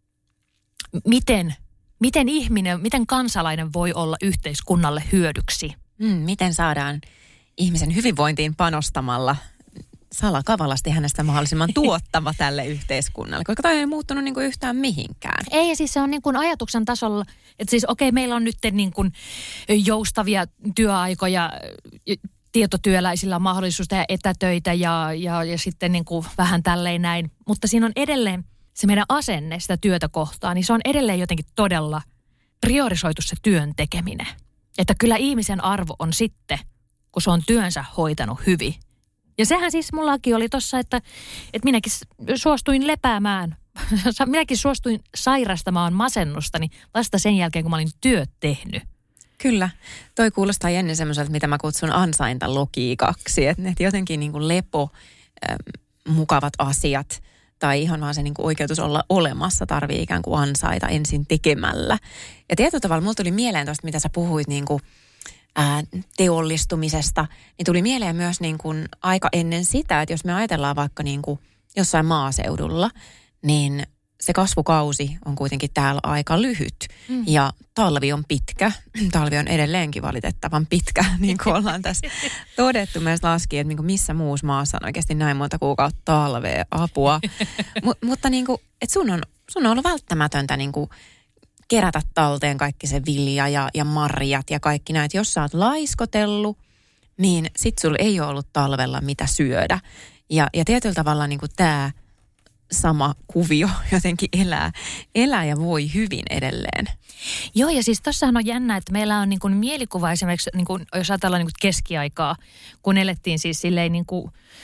S3: miten kansalainen voi olla yhteiskunnalle hyödyksi.
S4: Miten saadaan ihmisen hyvinvointiin panostamalla salakavalasti hänestä mahdollisimman tuottava tälle yhteiskunnalle, koska toi ei muuttunut niin kuin yhtään mihinkään.
S3: Ei, ja siis se on niin kuin ajatuksen tasolla, että siis okei, meillä on nyt niin kuin joustavia työaikoja, tietotyöläisillä on mahdollisuus tehdä etätöitä ja sitten niin kuin vähän tälleen näin, mutta siinä on edelleen se meidän asenne sitä työtä kohtaan, niin se on edelleen jotenkin todella priorisoitu se työn tekeminen. Että kyllä ihmisen arvo on sitten, kun se on työnsä hoitanut hyvin. Ja sehän siis mullakin oli tossa, että minäkin suostuin lepäämään, minäkin suostuin sairastamaan masennustani vasta sen jälkeen, kun mä olin työt tehnyt.
S4: Kyllä. Toi kuulostaa Jenni semmoiselta, mitä mä kutsun ansaintalogiikaksi. Että jotenkin niin kuin lepo, mukavat asiat tai ihan vaan se niin kuin oikeutus olla olemassa tarvii ikään kuin ansaita ensin tekemällä. Ja tietyllä tavalla mulla tuli mieleen tuosta, mitä sä puhuit niin kuin teollistumisesta, niin tuli mieleen myös niin kuin aika ennen sitä, että jos me ajatellaan vaikka niin kuin jossain maaseudulla, niin se kasvukausi on kuitenkin täällä aika lyhyt ja talvi on pitkä. Talvi on edelleenkin valitettavan pitkä, niin kuin ollaan tässä todettu. Myös laski, että missä muussa maassa on oikeasti näin monta kuukautta talvea, apua. Mutta niin kuin, että sun on ollut välttämätöntä niin kuin kerätä talteen kaikki se vilja ja marjat ja kaikki näitä. Jos sä oot laiskotellut, niin sit sulla ei ole ollut talvella mitä syödä. Ja tietyllä tavalla niin kuin tämä sama kuvio jotenkin elää ja voi hyvin edelleen.
S3: Joo, ja siis tossahan on jännä, että meillä on niin kuin mielikuva esimerkiksi, niin kuin, jos ajatellaan niin kuin keskiaikaa, kun elettiin siis silleen niin kuin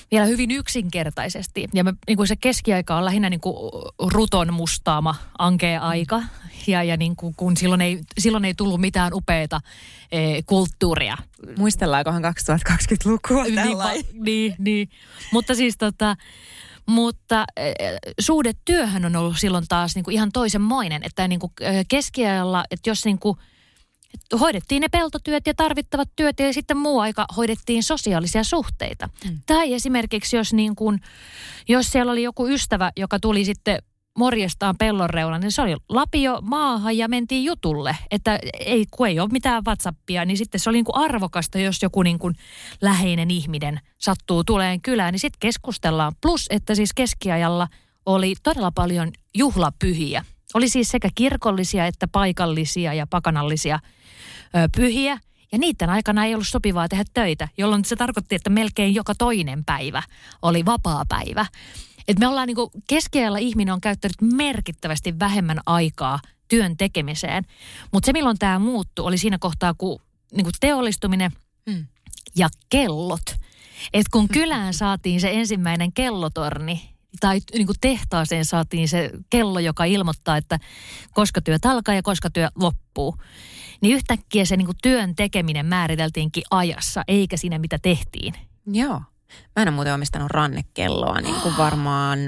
S3: vielä hyvin yksinkertaisesti. Ja niin kuin se keskiaika on lähinnä niin kuin ruton mustaama ankea aika. Ja niin kuin, kun silloin ei tullut mitään upeata kulttuuria.
S4: Muistellaankohan 2020-lukua tällainen?
S3: Niin. Mutta siis suhde työhön on ollut silloin taas niin kuin ihan toisenmoinen. Että niin kuin keskiajalla, että jos niin kuin hoidettiin ne peltotyöt ja tarvittavat työt ja sitten muu aika hoidettiin sosiaalisia suhteita. Tai esimerkiksi jos siellä oli joku ystävä, joka tuli sitten morjestaan pellon reunaan, niin se oli lapio maahan ja mentiin jutulle. Että kun ei ole mitään WhatsAppia, niin sitten se oli niin kuin arvokasta, jos joku niin kuin läheinen ihminen sattuu tuleen kylään, niin sitten keskustellaan. Plus, että siis keskiajalla oli todella paljon juhlapyhiä. Oli siis sekä kirkollisia että paikallisia ja pakanallisia pyhiä. Ja niiden aikana ei ollut sopivaa tehdä töitä, jolloin se tarkoitti, että melkein joka toinen päivä oli vapaapäivä. Et me ollaan niinku keskiajalla ihminen on käyttänyt merkittävästi vähemmän aikaa työn tekemiseen. Mutta se, milloin tämä muuttui, oli siinä kohtaa, kun niinku teollistuminen ja kellot. Et kun kylään saatiin se ensimmäinen kellotorni, tai niin kuin tehtaaseen saatiin se kello, joka ilmoittaa, että koska työt alkaa ja koska työ loppuu. Niin yhtäkkiä se niin kuin työn tekeminen määriteltiinkin ajassa, eikä siinä mitä tehtiin.
S4: Joo. Mä en ole muuten omistanut rannekelloa niin kuin varmaan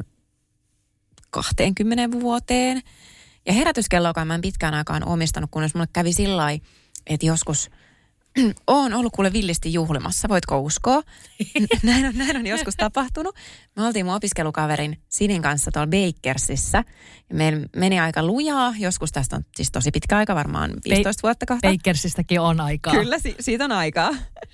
S4: 20 vuoteen. Ja herätyskelloa mä en pitkään aikaan omistanut, kunnes mulle kävi sillai, että joskus oon ollut kuule villisti juhlimassa, voitko uskoa? Näin on joskus tapahtunut. Me oltiin mun opiskelukaverin Sinin kanssa tuolla Bakersissä. Ja meillä meni aika lujaa. Joskus tästä on siis tosi pitkä aika, varmaan 15 vuotta kohta.
S3: Bakersistäkin on aikaa.
S4: Kyllä, siitä on aikaa.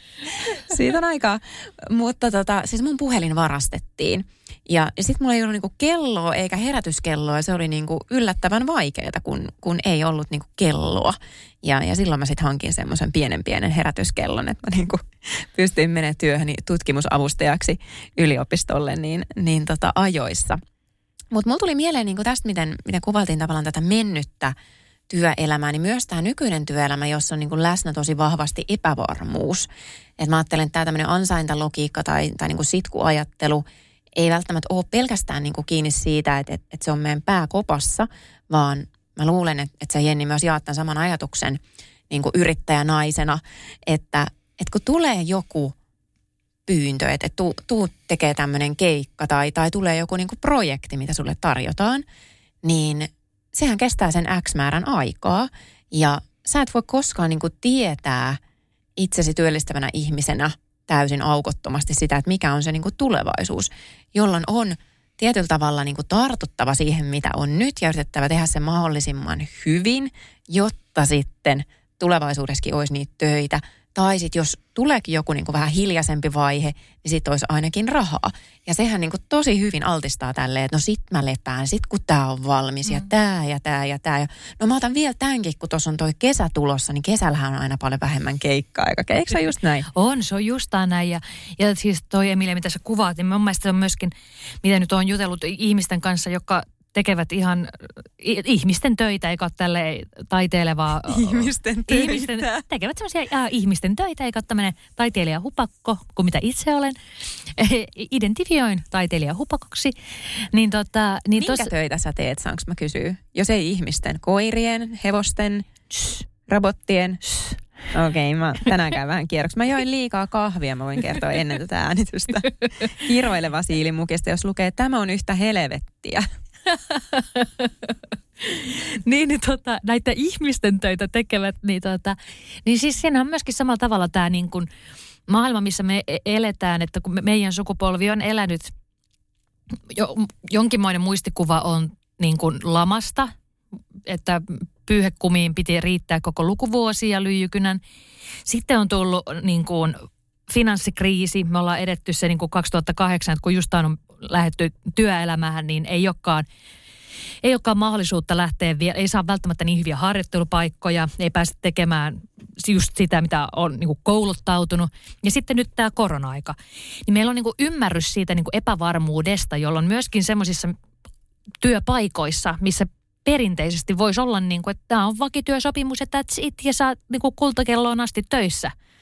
S4: Siitä on aikaa. Mutta siis mun puhelin varastettiin. Ja sitten mulla ei ollut niinku kelloa eikä herätyskelloa. Se oli niinku yllättävän vaikeaa, kun ei ollut niinku kelloa. Ja silloin mä sitten hankin semmoisen pienen herätyskellon, että mä niinku pystyin menemään työhöni tutkimusavustajaksi yliopistolle niin ajoissa. Mutta mulla tuli mieleen niinku tästä, miten kuvailtiin tavallaan tätä mennyttä työelämää, niin myös tämä nykyinen työelämä, jossa on niinku läsnä tosi vahvasti epävarmuus. Et mä ajattelen, että tämä tämmöinen ansaintalogiikka tai niinku sitkuajattelu ei välttämättä ole pelkästään niinku kiinni siitä, että se on meidän pääkopassa, vaan mä luulen, että sä Jenni myös jaat tämän saman ajatuksen niin kuin yrittäjänaisena, että kun tulee joku pyyntö, että tuu tekee tämmöinen keikka tai tulee joku niin kuin projekti, mitä sulle tarjotaan, niin sehän kestää sen X määrän aikaa ja sä et voi koskaan niin kuin tietää itsesi työllistävänä ihmisenä täysin aukottomasti sitä, että mikä on se niin kuin tulevaisuus, jolloin on tietyllä tavalla niin kuin tartuttava siihen, mitä on nyt ja yritettävä tehdä se mahdollisimman hyvin, jotta sitten tulevaisuudessakin olisi niitä töitä. Tai sitten jos tuleekin joku niin kuin vähän hiljaisempi vaihe, niin sitten olisi ainakin rahaa. Ja sehän niin kuin tosi hyvin altistaa tälleen, että no sit mä lepään, sit kun tää on valmis ja tää ja tää ja tää. Ja no mä otan vielä tämänkin, kun tuossa on toi kesä tulossa, niin kesällähän on aina paljon vähemmän keikkaa. Eikö se just näin?
S3: Se on justaan näin. Ja siis toi Emilia, mitä sä kuvaat, niin mun mielestä se on myöskin, mitä nyt on jutellut ihmisten kanssa, jotka tekevät ihan ihmisten töitä, eikä ole tälleen taiteilevaa.
S4: Ihmisten töitä.
S3: Tekevät semmoisia ihmisten töitä, eikä ole tämmöinen taiteilijahupakko, kuin mitä itse olen. Identifioin taiteilijahupakoksi.
S4: Minkä töitä sä teet, saanko mä kysyä? Jos ei ihmisten, koirien, hevosten, robottien. Okei, mä tänään käyn vähän kierroksi. Mä join liikaa kahvia, mä voin kertoa ennen tätä äänitystä. Kiroileva siilimukista, jos lukee, tämä on yhtä helvettiä.
S3: Näitä ihmisten töitä tekevät, niin siis siinä on myöskin samalla tavalla tämä niin kuin maailma, missä me eletään, että kun meidän sukupolvi on elänyt, jonkinmoinen muistikuva on niin kuin lamasta, että pyyhekumiin piti riittää koko lukuvuosi ja lyijykynän. Sitten on tullut niin kuin finanssikriisi, me ollaan edetty se niin kuin 2008, että kun just on lähdetty työelämään, niin ei olekaan mahdollisuutta lähteä, ei saa välttämättä niin hyviä harjoittelupaikkoja, ei pääse tekemään just sitä, mitä on niin kuin kouluttautunut. Ja sitten nyt tämä korona-aika. Niin meillä on niin kuin ymmärrys siitä niin kuin epävarmuudesta, jolloin myöskin semmoisissa työpaikoissa, missä perinteisesti voisi olla niin kuin, että tämä on vakityösopimus ja that's it, ja sä niin kuin kultakelloon asti töissä.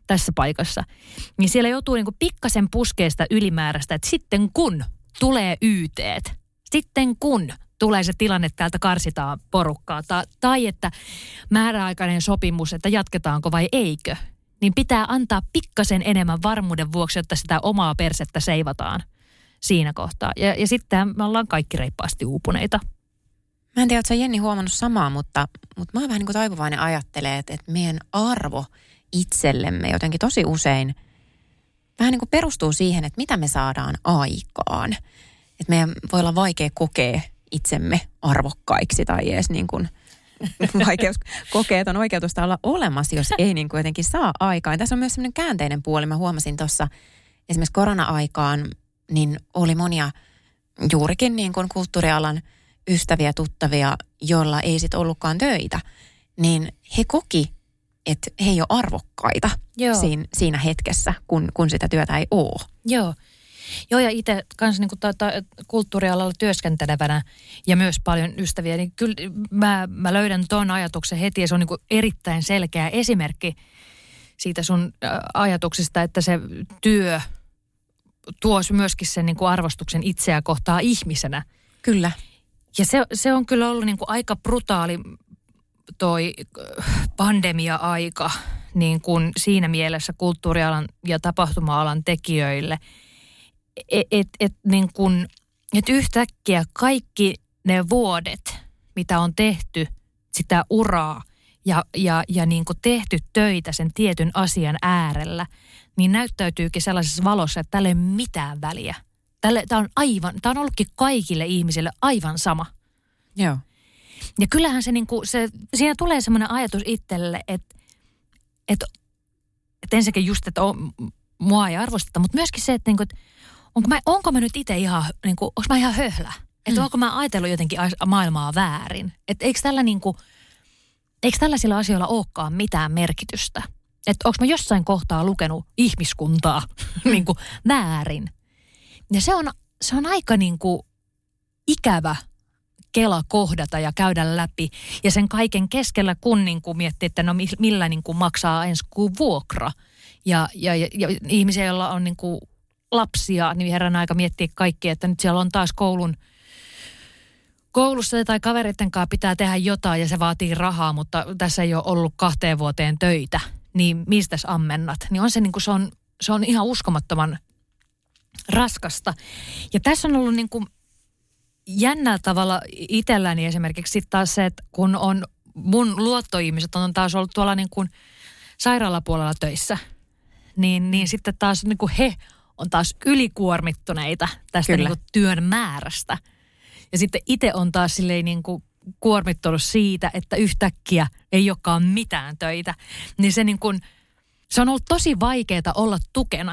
S3: tässä paikassa, niin siellä joutuu niin kuin pikkasen puskeesta ylimääräistä, että sitten kun tulee yteet, sitten kun tulee se tilanne, että täältä karsitaan porukkaa, tai että määräaikainen sopimus, että jatketaanko vai eikö, niin pitää antaa pikkasen enemmän varmuuden vuoksi, jotta sitä omaa persettä seivataan siinä kohtaa. Ja sitten me ollaan kaikki reippaasti uupuneita.
S4: Mä en tiedä, ootko sä Jenni huomannut samaa, mutta mä oon vähän niin kuin taipuvainen ajattelee, että meidän arvo itsellemme jotenkin tosi usein vähän niin kuin perustuu siihen, että mitä me saadaan aikaan. Että meidän voi olla vaikea kokea itsemme arvokkaiksi tai edes niin kuin vaikeus kokea, että on oikeutusta olla olemassa, jos ei niin kuin jotenkin saa aikaan. Tässä on myös sellainen käänteinen puoli. Mä huomasin tuossa esimerkiksi korona-aikaan, niin oli monia juurikin niin kuin kulttuurialan ystäviä, tuttavia, joilla ei sit ollutkaan töitä. Niin he koki, että he ei ole arvokkaita siinä hetkessä, kun sitä työtä ei ole.
S3: Joo, ja itse kanssa niin kulttuurialalla työskentelevänä ja myös paljon ystäviä, niin kyllä mä löydän ton ajatuksen heti, ja se on niin erittäin selkeä esimerkki siitä sun ajatuksesta, että se työ tuo myöskin sen niin arvostuksen itseä kohtaa ihmisenä.
S4: Kyllä.
S3: Ja se on kyllä ollut niin aika brutaali toi pandemia-aika niin kuin siinä mielessä kulttuurialan ja tapahtuma-alan tekijöille. Että yhtäkkiä kaikki ne vuodet, mitä on tehty sitä uraa ja niin kuin tehty töitä sen tietyn asian äärellä, niin näyttäytyykin sellaisessa valossa, että tällä ei ole mitään väliä. Tämä on ollutkin kaikille ihmisille aivan sama.
S4: Joo.
S3: Ja kyllähän se, siinä tulee semmoinen ajatus itselle, että ensinnäkin just, että mua ei arvosteta, mutta myöskin se, että onko mä nyt itse ihan, onko mä ihan höhlä? Että onko mä ajatellut jotenkin maailmaa väärin? Että eikö tällaisilla asioilla olekaan mitään merkitystä? Että onko mä jossain kohtaa lukenut ihmiskuntaa väärin? Ja se on aika ikävä kela kohdata ja käydä läpi. Ja sen kaiken keskellä, kun miettii, että no millä maksaa ensi kuun vuokra. Ja ihmisiä, joilla on lapsia, niin herran aika miettiä kaikki, että nyt siellä on taas koulussa tai kavereiden kanssa pitää tehdä jotain ja se vaatii rahaa, mutta tässä ei ole ollut 2 vuoteen töitä. Niin mistäs ammennat? Niin on se on ihan uskomattoman raskasta. Ja tässä on ollut jännällä tavalla itselläni esimerkiksi sitten taas se, että kun on mun luottoihmiset on taas ollut tuolla sairaalapuolella töissä, niin sitten taas he on taas ylikuormittuneita tästä työn määrästä. Ja sitten itse on taas silleen kuormittunut siitä, että yhtäkkiä ei olekaan mitään töitä. Niin se on ollut tosi vaikeaa olla tukena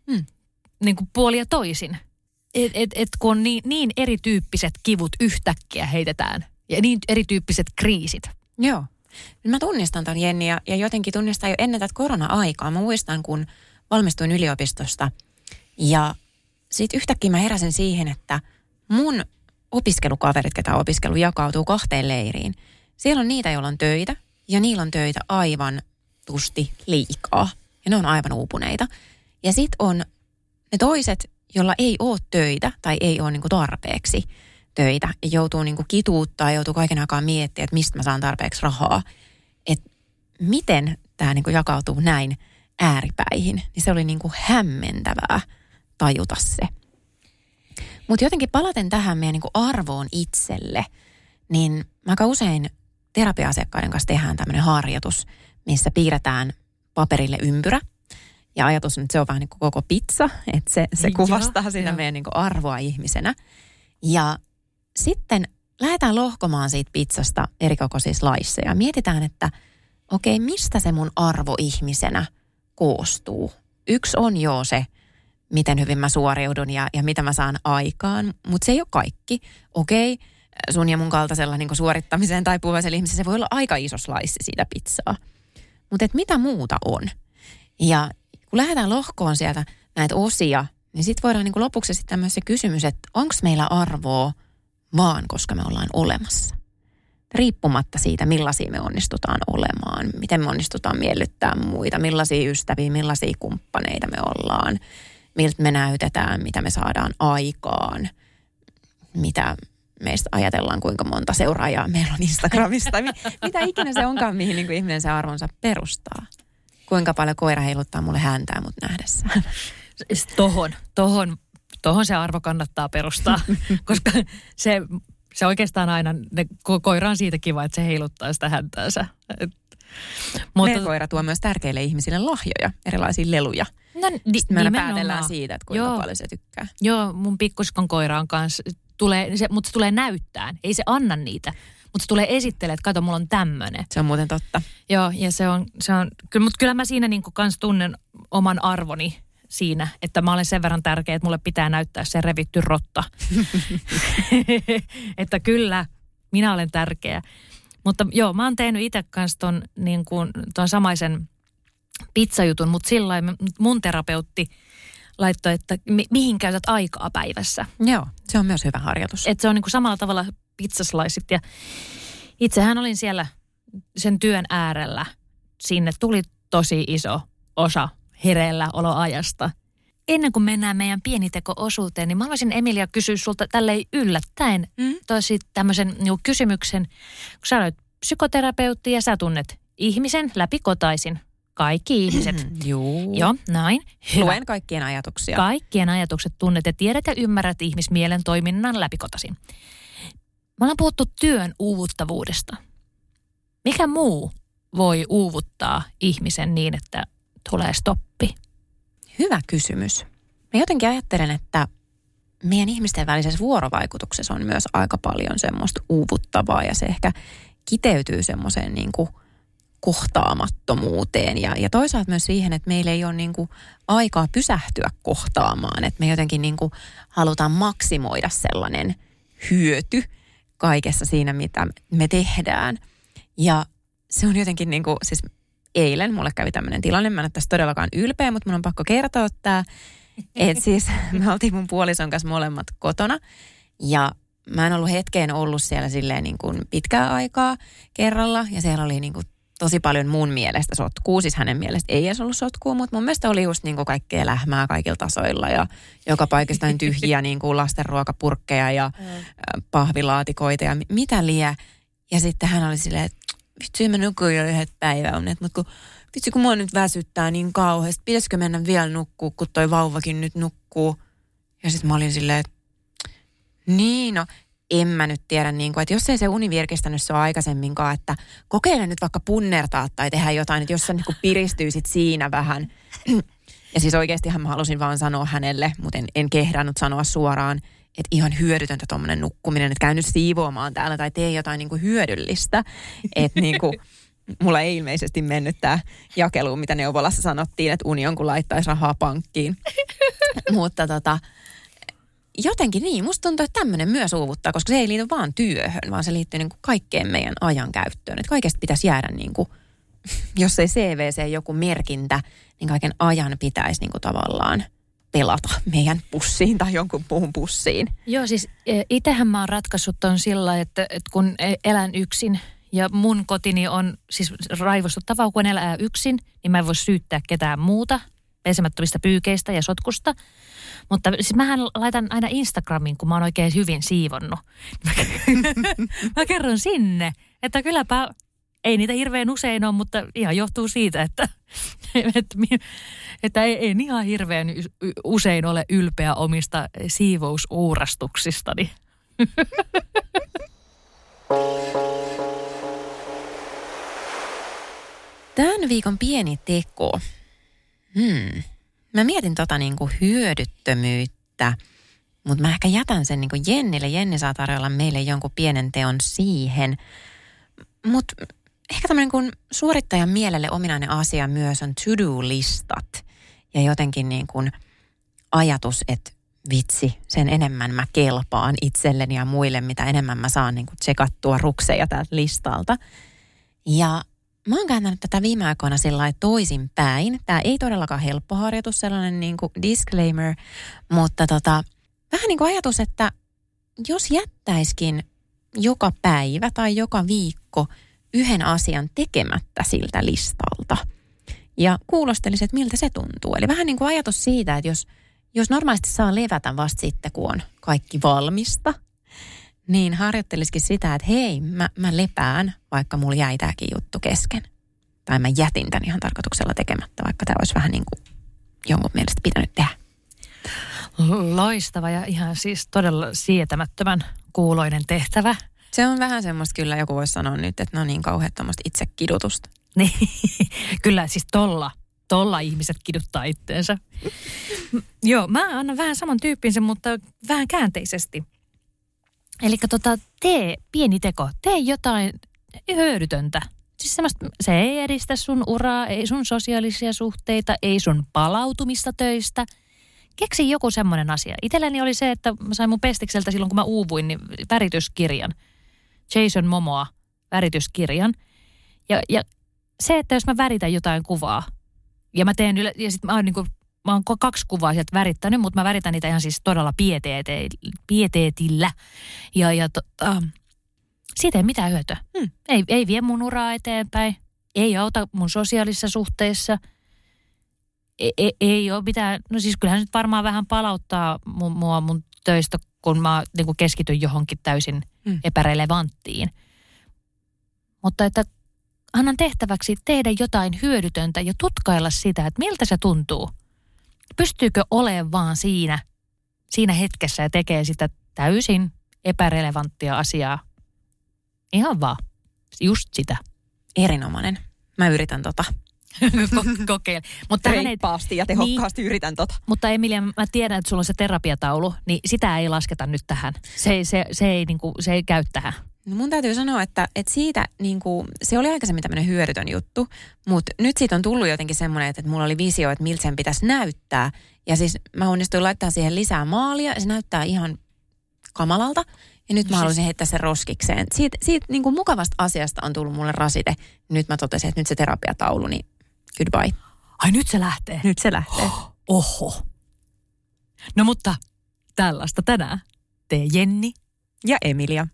S3: puoli ja toisin. Kun on niin erityyppiset kivut yhtäkkiä heitetään ja niin erityyppiset kriisit.
S4: Joo. Mä tunnistan tämän, Jenni, ja jotenkin tunnistan jo ennen tätä korona-aikaa. Mä muistan, kun valmistuin yliopistosta ja sitten yhtäkkiä mä heräsin siihen, että mun opiskelukaverit, ketä on opiskellut, jakautuu 2 leiriin. Siellä on niitä, joilla on töitä ja niillä on töitä aivan tusti liikaa ja ne on aivan uupuneita. Ja sitten on ne toiset, jolla ei ole töitä tai ei ole tarpeeksi töitä ja joutuu kituuttaa, joutuu kaiken aikaa miettiä, että mistä mä saan tarpeeksi rahaa. Että miten tämä jakautuu näin ääripäihin, niin se oli hämmentävää tajuta se. Mutta jotenkin palaten tähän meidän arvoon itselle, niin mä aika usein terapia-asiakkaiden kanssa tehdään tämmöinen harjoitus, missä piirretään paperille ympyrä. Ja ajatus nyt se on vähän koko pizza, että se kuvastaa sitä meidän arvoa ihmisenä. Ja sitten lähdetään lohkomaan siitä pizzasta erikokoisissa laissa ja mietitään, että okei, mistä se mun arvo ihmisenä koostuu. Yksi on jo se, miten hyvin mä suoriudun ja mitä mä saan aikaan, mutta se ei ole kaikki. Okei, sun ja mun kaltaisella suorittamiseen tai puhuvaisella ihmisellä se voi olla aika iso slice siitä pizzaa. Mutta mitä muuta on? Ja kun lähdetään lohkoon sieltä näitä osia, niin sitten voidaan lopuksi sitten myös se kysymys, että onko meillä arvoa vaan, koska me ollaan olemassa? riippumatta siitä, millaisia me onnistutaan olemaan, miten me onnistutaan miellyttämään muita, millaisia ystäviä, millaisia kumppaneita me ollaan, miltä me näytetään, mitä me saadaan aikaan, mitä meistä ajatellaan, kuinka monta seuraajaa meillä on Instagramista, mitä ikinä se onkaan, mihin niin kuin ihminen se arvonsa perustaa. Kuinka paljon koira heiluttaa mulle häntää mut nähdessään.
S3: Tohon se arvo kannattaa perustaa, koska se oikeastaan aina, koira on siitä kiva, että se heiluttaa sitä häntäänsä.
S4: Meidän koira tuo myös tärkeille ihmisille lahjoja, erilaisia leluja.
S3: No,
S4: sitten me aina päätellään siitä, että kuinka paljon se tykkää.
S3: Joo, mun pikkusiskon koiraan kanssa mutta se tulee näyttään. Ei se anna niitä, mutta se tulee esittelemään, että kato, mulla on tämmöinen.
S4: Se on muuten totta.
S3: Joo, ja se on mutta kyllä mä siinä niinku kans tunnen oman arvoni siinä, että mä olen sen verran tärkeä, että mulle pitää näyttää se revitty rotta. Että kyllä, minä olen tärkeä. Mutta joo, mä oon tehnyt itse kanssa ton samaisen pizzajutun, mutta silloin mun terapeutti laittoi, että mihin käytät aikaa päivässä.
S4: Joo, se on myös hyvä harjoitus.
S3: Että se on niinku samalla tavalla pizzaslaisit. Ja itsehän olin siellä sen työn äärellä. Sinne tuli tosi iso osa hereillä oloajasta. Ennen kuin mennään meidän pieniteko-osuuteen, niin mä haluaisin Emilia kysyä sulta tälleen yllättäen tosi tämmöisen kysymyksen. Kun sä olet psykoterapeutti ja sä tunnet ihmisen läpikotaisin. Kaikki ihmiset. Joo, näin. Hyvä.
S4: Luen kaikkien ajatuksia.
S3: Kaikkien ajatukset tunnet ja tiedät ja ymmärrät ihmismielen toiminnan läpikotasin. Me ollaan puhuttu työn uuvuttavuudesta. Mikä muu voi uuvuttaa ihmisen niin, että tulee stoppi?
S4: Hyvä kysymys. Mä jotenkin ajattelen, että meidän ihmisten välisessä vuorovaikutuksessa on myös aika paljon semmoista uuvuttavaa ja se ehkä kiteytyy semmoiseen niin kuin kohtaamattomuuteen ja toisaalta myös siihen, että meillä ei ole niin kuin aikaa pysähtyä kohtaamaan, että me jotenkin niin kuin halutaan maksimoida sellainen hyöty kaikessa siinä, mitä me tehdään. Ja se on jotenkin niin kuin, siis eilen mulle kävi tämmöinen tilanne, mä en ole tässä todellakaan ylpeä, mutta mun on pakko kertoa tämä, että siis me oltiin mun puolison kanssa molemmat kotona ja mä en ollut hetkeen ollut siellä silleen niin kuin pitkää aikaa kerralla ja siellä oli niin kuin tosi paljon mun mielestä sotkuu, siis hänen mielestä ei edes ollut sotkuu, mutta mun mielestä oli just niin kuin kaikkea lähmää kaikilla tasoilla ja joka paikasta tyhjiä niin kuin lastenruokapurkkeja ja pahvilaatikoita ja mitä liian. Ja sitten hän oli silleen, että vitsi mä nukuin jo 1 päiväunet, mutta kun mua nyt väsyttää niin kauheasti, pitäisikö mennä vielä nukkuu, kun toi vauvakin nyt nukkuu. Ja sitten mä olin silleen, että niin no, en mä nyt tiedä, niin kuin, että jos ei se uni virkistänyt se aikaisemminkaan, että kokeile nyt vaikka punnertaa tai tehdä jotain, että jos sä niin kuin piristyisit siinä vähän. Ja siis oikeastihan mä halusin vaan sanoa hänelle, mutta en kehdannut sanoa suoraan, että ihan hyödytöntä tommonen nukkuminen, että käy nyt siivoamaan täällä tai tee jotain niin kuin hyödyllistä. Että niin kuin, mulla ei ilmeisesti mennyt tää jakeluun, mitä neuvolassa sanottiin, että uni on kun laittaisi rahaa pankkiin. Mutta jotenkin niin, musta tuntuu, että tämmöinen myös uuvuttaa, koska se ei liity vaan työhön, vaan se liittyy niin kuin kaikkeen meidän ajan käyttöön. Että kaikesta pitäisi jäädä niin kuin, jos ei CVC joku merkintä, niin kaiken ajan pitäisi niin kuin tavallaan pelata meidän pussiin tai jonkun muun pussiin.
S3: Joo, siis itsehän mä oon ratkaissut ton sillä, että kun elän yksin ja mun kotini on siis raivostuttavaa, kun elää yksin, niin mä en voi syyttää ketään muuta pesemättömistä pyykeistä ja sotkusta. Mutta siis mähän laitan aina Instagramiin, kun mä oon oikein hyvin siivonnut. Mä kerron sinne, että kylläpä ei niitä hirveän usein ole, mutta ihan johtuu siitä, että ei ihan hirveän usein ole ylpeä omista siivousuurastuksistani.
S4: Tämän viikon pieni teko. Mä mietin niinku hyödyttömyyttä, mutta mä ehkä jätän sen niinku Jennille. Jenni saa tarjolla meille jonkun pienen teon siihen. Mutta ehkä tämmöinen kun suorittajan mielelle ominainen asia myös on to-do-listat. Ja jotenkin niin kuin ajatus, että vitsi, sen enemmän mä kelpaan itselleni ja muille, mitä enemmän mä saan niin kuin tsekattua rukseja täältä listalta. Ja mä oon kääntänyt tätä viime aikoina sillä toisinpäin. Tämä ei todellakaan helppo harjoitus, sellainen niin kuin disclaimer, mutta vähän niin kuin ajatus, että jos jättäisikin joka päivä tai joka viikko yhden asian tekemättä siltä listalta. Ja kuulostelisin, että miltä se tuntuu. Eli vähän niin kuin ajatus siitä, että jos normaalisti saa levätä vasta sitten, kun on kaikki valmista, niin harjoittelisikin sitä, että hei, mä lepään, vaikka mulla jäi tämäkin juttu kesken. Tai mä jätin tämän ihan tarkoituksella tekemättä, vaikka tämä olisi vähän niin kuin jonkun mielestä pitänyt tehdä.
S3: Loistava ja ihan siis todella sietämättömän kuuloinen tehtävä.
S4: Se on vähän semmoista kyllä, joku voisi sanoa nyt, että no niin kauheattomasti itsekidutusta.
S3: Niin, kyllä siis tolla ihmiset kiduttaa itteensä. Joo, mä annan vähän saman tyyppin mutta vähän käänteisesti. Eli tee pieni teko, tee jotain hyödytöntä. Siis semmoista, se ei edistä sun uraa, ei sun sosiaalisia suhteita, ei sun palautumista töistä. Keksi joku semmoinen asia. Itselleni oli se, että mä sain mun pestikseltä silloin, kun mä uuvuin, niin värityskirjan. Jason Momoa värityskirjan. Ja se, että jos mä väritän jotain kuvaa, ja mä teen ja sit mä oon 2 kuvaa sieltä värittänyt, mutta mä väritän niitä ihan siis todella pieteetillä. Siitä ei mitään hyötyä. Ei vie mun uraa eteenpäin, ei auta mun sosiaalisissa suhteissa, ei ole mitään, no siis kyllähän nyt varmaan vähän palauttaa mua mun töistä, kun mä niin kuin keskityn johonkin täysin epärelevanttiin. Mutta että annan tehtäväksi tehdä jotain hyödytöntä ja tutkailla sitä, että miltä se tuntuu. Pystyykö olemaan vaan siinä hetkessä ja tekee sitä täysin epärelevanttia asiaa. Ihan vaan. Just sitä.
S4: Erinomainen. Mä yritän
S3: Kokeile. Mutta
S4: reippaasti ja tehokkaasti yritän
S3: Mutta Emilia, mä tiedän, että sulla on se terapiataulu, niin sitä ei lasketa nyt tähän. Se ei käy tähän.
S4: No mun täytyy sanoa, että siitä se oli aikaisemmin tämmöinen hyödytön juttu, mutta nyt siitä on tullut jotenkin semmoinen, että mulla oli visio, että miltä sen pitäisi näyttää. Ja siis mä onnistuin laittaa siihen lisää maalia ja se näyttää ihan kamalalta. Ja nyt mä haluaisin heittää sen roskikseen. Siitä mukavasta asiasta on tullut mulle rasite. Nyt mä totesin, että nyt se terapiataulu, niin goodbye.
S3: Ai nyt se lähtee?
S4: Nyt se lähtee.
S3: Oho. No mutta tällaista tänään tee Jenni
S4: ja Emilia.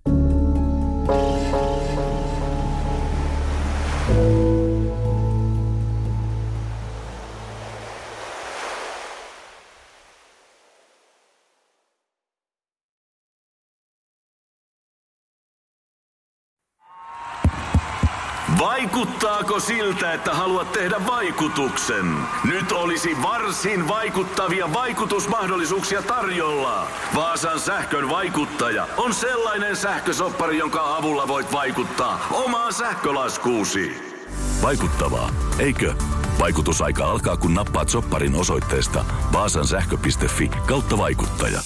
S1: Vaikuttaako siltä, että haluat tehdä vaikutuksen? Nyt olisi varsin vaikuttavia vaikutusmahdollisuuksia tarjolla. Vaasan sähkön vaikuttaja on sellainen sähkösoppari, jonka avulla voit vaikuttaa omaan sähkölaskuusi. Vaikuttavaa, eikö? Vaikutusaika alkaa, kun nappaat sopparin osoitteesta vaasansähkö.fi/vaikuttaja.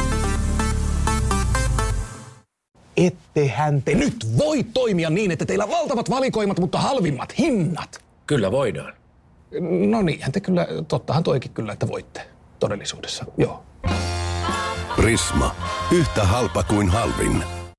S11: Ettehän te nyt voi toimia niin, että teillä on valtavat valikoimat, mutta halvimmat hinnat.
S5: Kyllä voidaan.
S11: No niinhän te kyllä, tottahan toikin kyllä, että voitte todellisuudessa, joo.
S8: Prisma. Yhtä halpa kuin halvin.